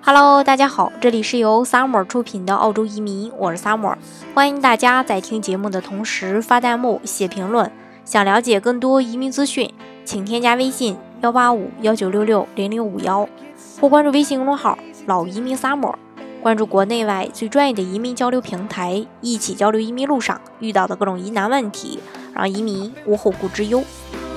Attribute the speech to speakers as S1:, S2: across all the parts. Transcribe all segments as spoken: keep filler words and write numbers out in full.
S1: Hello， 大家好，这里是由 Summer 出品的澳洲移民，我是 Summer， 欢迎大家在听节目的同时发弹幕、写评论。想了解更多移民资讯，请添加微信幺八五幺九六六零零五幺，或关注微信公众号老移民 Summer， 关注国内外最专业的移民交流平台，一起交流移民路上遇到的各种疑难问题，让移民无后顾之忧。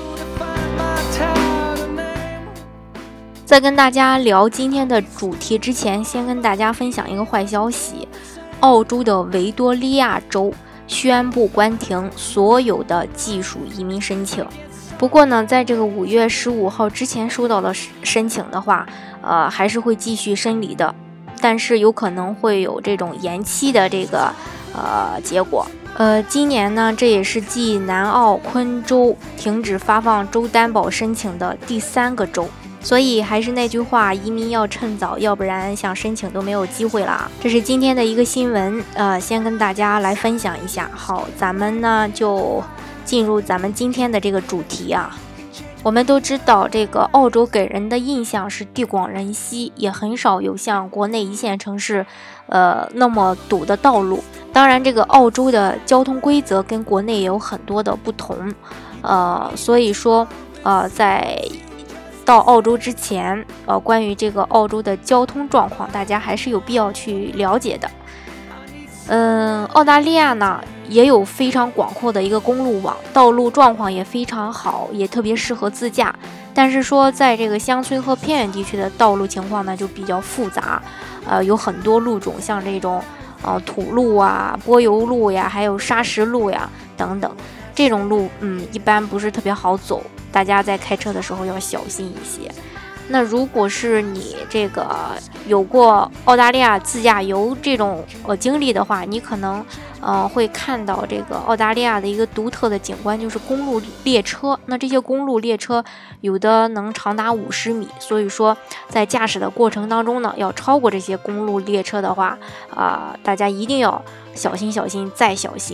S1: 在跟大家聊今天的主题之前，先跟大家分享一个坏消息，澳洲的维多利亚州宣布关停所有的技术移民申请。不过呢，在这个五月十五号之前收到的申请的话，呃，还是会继续审理的，但是有可能会有这种延期的这个呃结果。呃，今年呢，这也是继南澳昆州停止发放州担保申请的第三个州。所以还是那句话，移民要趁早，要不然想申请都没有机会了。这是今天的一个新闻，呃，先跟大家来分享一下。好，咱们呢就进入咱们今天的这个主题啊。我们都知道，这个澳洲给人的印象是地广人稀，也很少有像国内一线城市，呃，那么堵的道路。当然，这个澳洲的交通规则跟国内也有很多的不同，呃，所以说，呃，在到澳洲之前，呃，关于这个澳洲的交通状况，大家还是有必要去了解的。嗯，澳大利亚呢也有非常广阔的一个公路网，道路状况也非常好，也特别适合自驾。但是说，在这个乡村和偏远地区的道路情况呢就比较复杂，呃，有很多路种，像这种呃土路啊、柏油路呀，还有砂石路呀等等。这种路，嗯，一般不是特别好走，大家在开车的时候要小心一些。那如果是你这个有过澳大利亚自驾游这种呃经历的话，你可能呃会看到这个澳大利亚的一个独特的景观，就是公路列车。那这些公路列车有的能长达五十米，所以说在驾驶的过程当中呢，要超过这些公路列车的话，啊、呃，大家一定要小心小心再小心。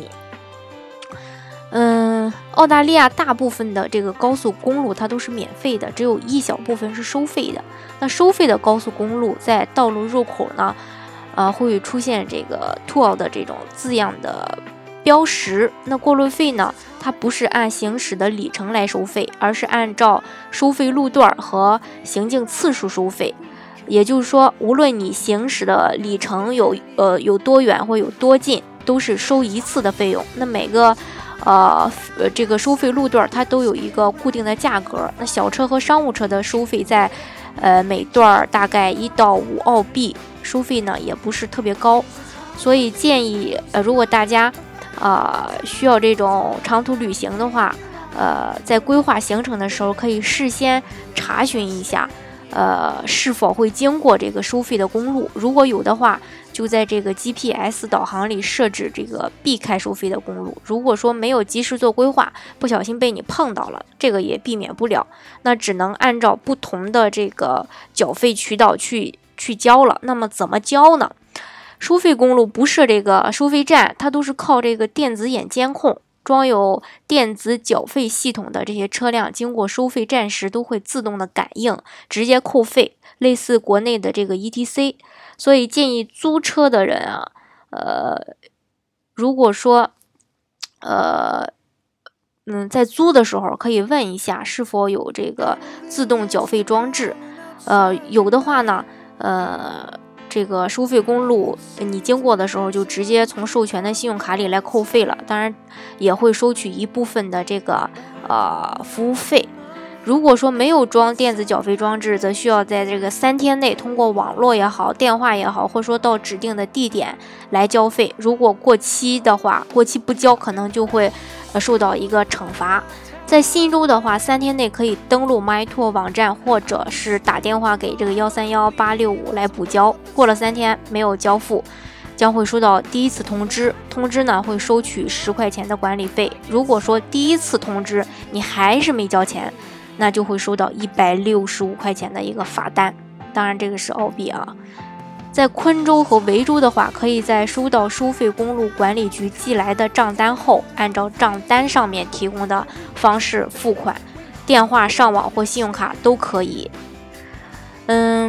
S1: 嗯，澳大利亚大部分的这个高速公路它都是免费的，只有一小部分是收费的。那收费的高速公路在道路入口呢，呃，会出现这个 toll 的这种字样的标识。那过路费呢，它不是按行驶的里程来收费，而是按照收费路段和行进次数收费。也就是说，无论你行驶的里程有呃有多远或有多近，都是收一次的费用。那每个呃，这个收费路段它都有一个固定的价格。那小车和商务车的收费在，呃，每段大概一到五澳币，收费呢也不是特别高。所以建议，呃，如果大家，呃，需要这种长途旅行的话，呃，在规划行程的时候，可以事先查询一下，呃，是否会经过这个收费的公路。如果有的话，就在这个 G P S 导航里设置这个避开收费的公路。如果说没有及时做规划，不小心被你碰到了，这个也避免不了，那只能按照不同的这个缴费渠道去去交了。那么怎么交呢？收费公路不设这个收费站，它都是靠这个电子眼监控。装有电子缴费系统的这些车辆经过收费站时都会自动的感应，直接扣费，类似国内的这个 E T C。 所以建议租车的人啊，呃，如果说呃嗯在租的时候可以问一下是否有这个自动缴费装置，呃有的话呢，呃这个收费公路你经过的时候就直接从授权的信用卡里来扣费了，当然也会收取一部分的这个呃服务费。如果说没有装电子缴费装置，则需要在这个三天内通过网络也好、电话也好，或者说到指定的地点来交费。如果过期的话，过期不交可能就会呃受到一个惩罚。在新州的话，三天内可以登录 MyTour 网站，或者是打电话给这个幺三幺八六五来补交。过了三天没有交付，将会收到第一次通知，通知呢会收取十块钱的管理费。如果说第一次通知你还是没交钱，那就会收到一百六十五块钱的一个罚单，当然这个是澳币啊。在昆州和维州的话，可以在收到收费公路管理局寄来的账单后，按照账单上面提供的方式付款，电话、上网或信用卡都可以。嗯，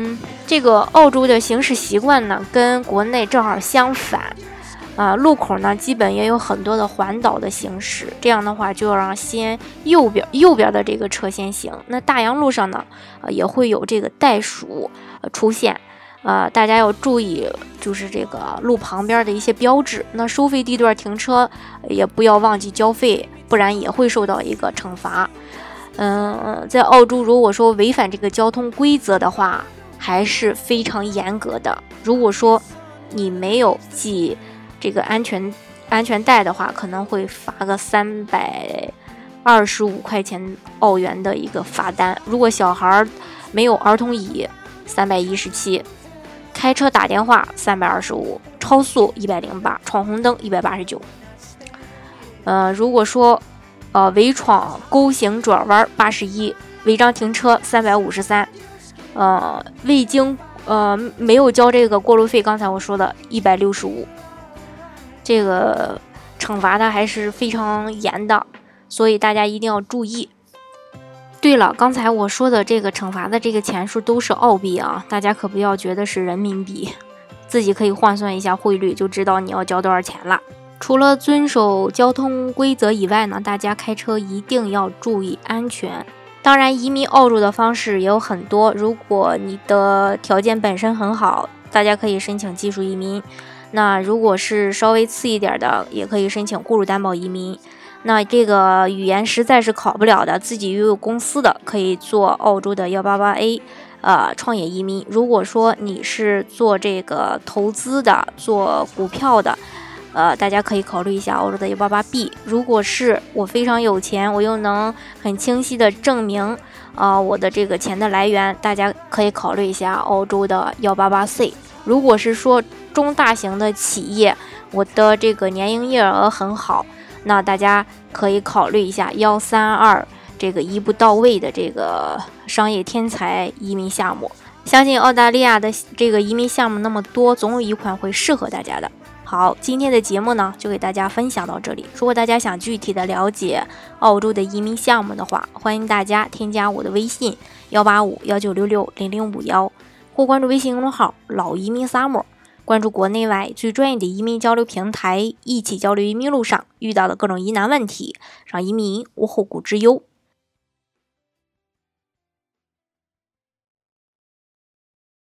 S1: 这个澳洲的行驶习惯呢，跟国内正好相反。啊，路口呢，基本也有很多的环岛的行驶，这样的话就要让先右边右边的这个车先行。那大洋路上呢，呃，也会有这个袋鼠呃出现，呃，大家要注意，就是这个路旁边的一些标志。那收费地段停车也不要忘记交费，不然也会受到一个惩罚。嗯、呃，在澳洲，如果说违反这个交通规则的话，还是非常严格的。如果说你没有系这个安全安全带的话，可能会罚个三百二十五块钱澳元的一个罚单。如果小孩没有儿童椅，三百一十七；开车打电话三百二十五；超速一百零八；闯红灯一百八十九。呃，如果说呃违闯勾行转弯八十一；违章停车三百五十三；呃未经呃没有交这个过路费，刚才我说的一百六十五。这个惩罚的还是非常严的，所以大家一定要注意。对了，刚才我说的这个惩罚的这个钱数都是澳币啊，大家可不要觉得是人民币，自己可以换算一下汇率，就知道你要交多少钱了。除了遵守交通规则以外呢，大家开车一定要注意安全。当然，移民澳洲的方式也有很多，如果你的条件本身很好，大家可以申请技术移民。那如果是稍微次一点的，也可以申请雇主担保移民。那这个语言实在是考不了的，自己又有公司的，可以做澳洲的 一八八 A 呃创业移民。如果说你是做这个投资的，做股票的，呃，大家可以考虑一下澳洲的 一八八 B。如果是我非常有钱，我又能很清晰的证明啊、呃、我的这个钱的来源，大家可以考虑一下澳洲的 一八八 C。如果是说中大型的企业，我的这个年营业额很好，那大家可以考虑一下一三二这个一步到位的这个商业天才移民项目。相信澳大利亚的这个移民项目那么多，总有一款会适合大家的。好，今天的节目呢就给大家分享到这里。如果大家想具体的了解澳洲的移民项目的话，欢迎大家添加我的微信幺八五幺九六六零零五幺，或关注微信公众号老移民沙漠，关注国内外最专业的移民交流平台，一起交流移民路上遇到的各种疑难问题，让移民无后顾之忧。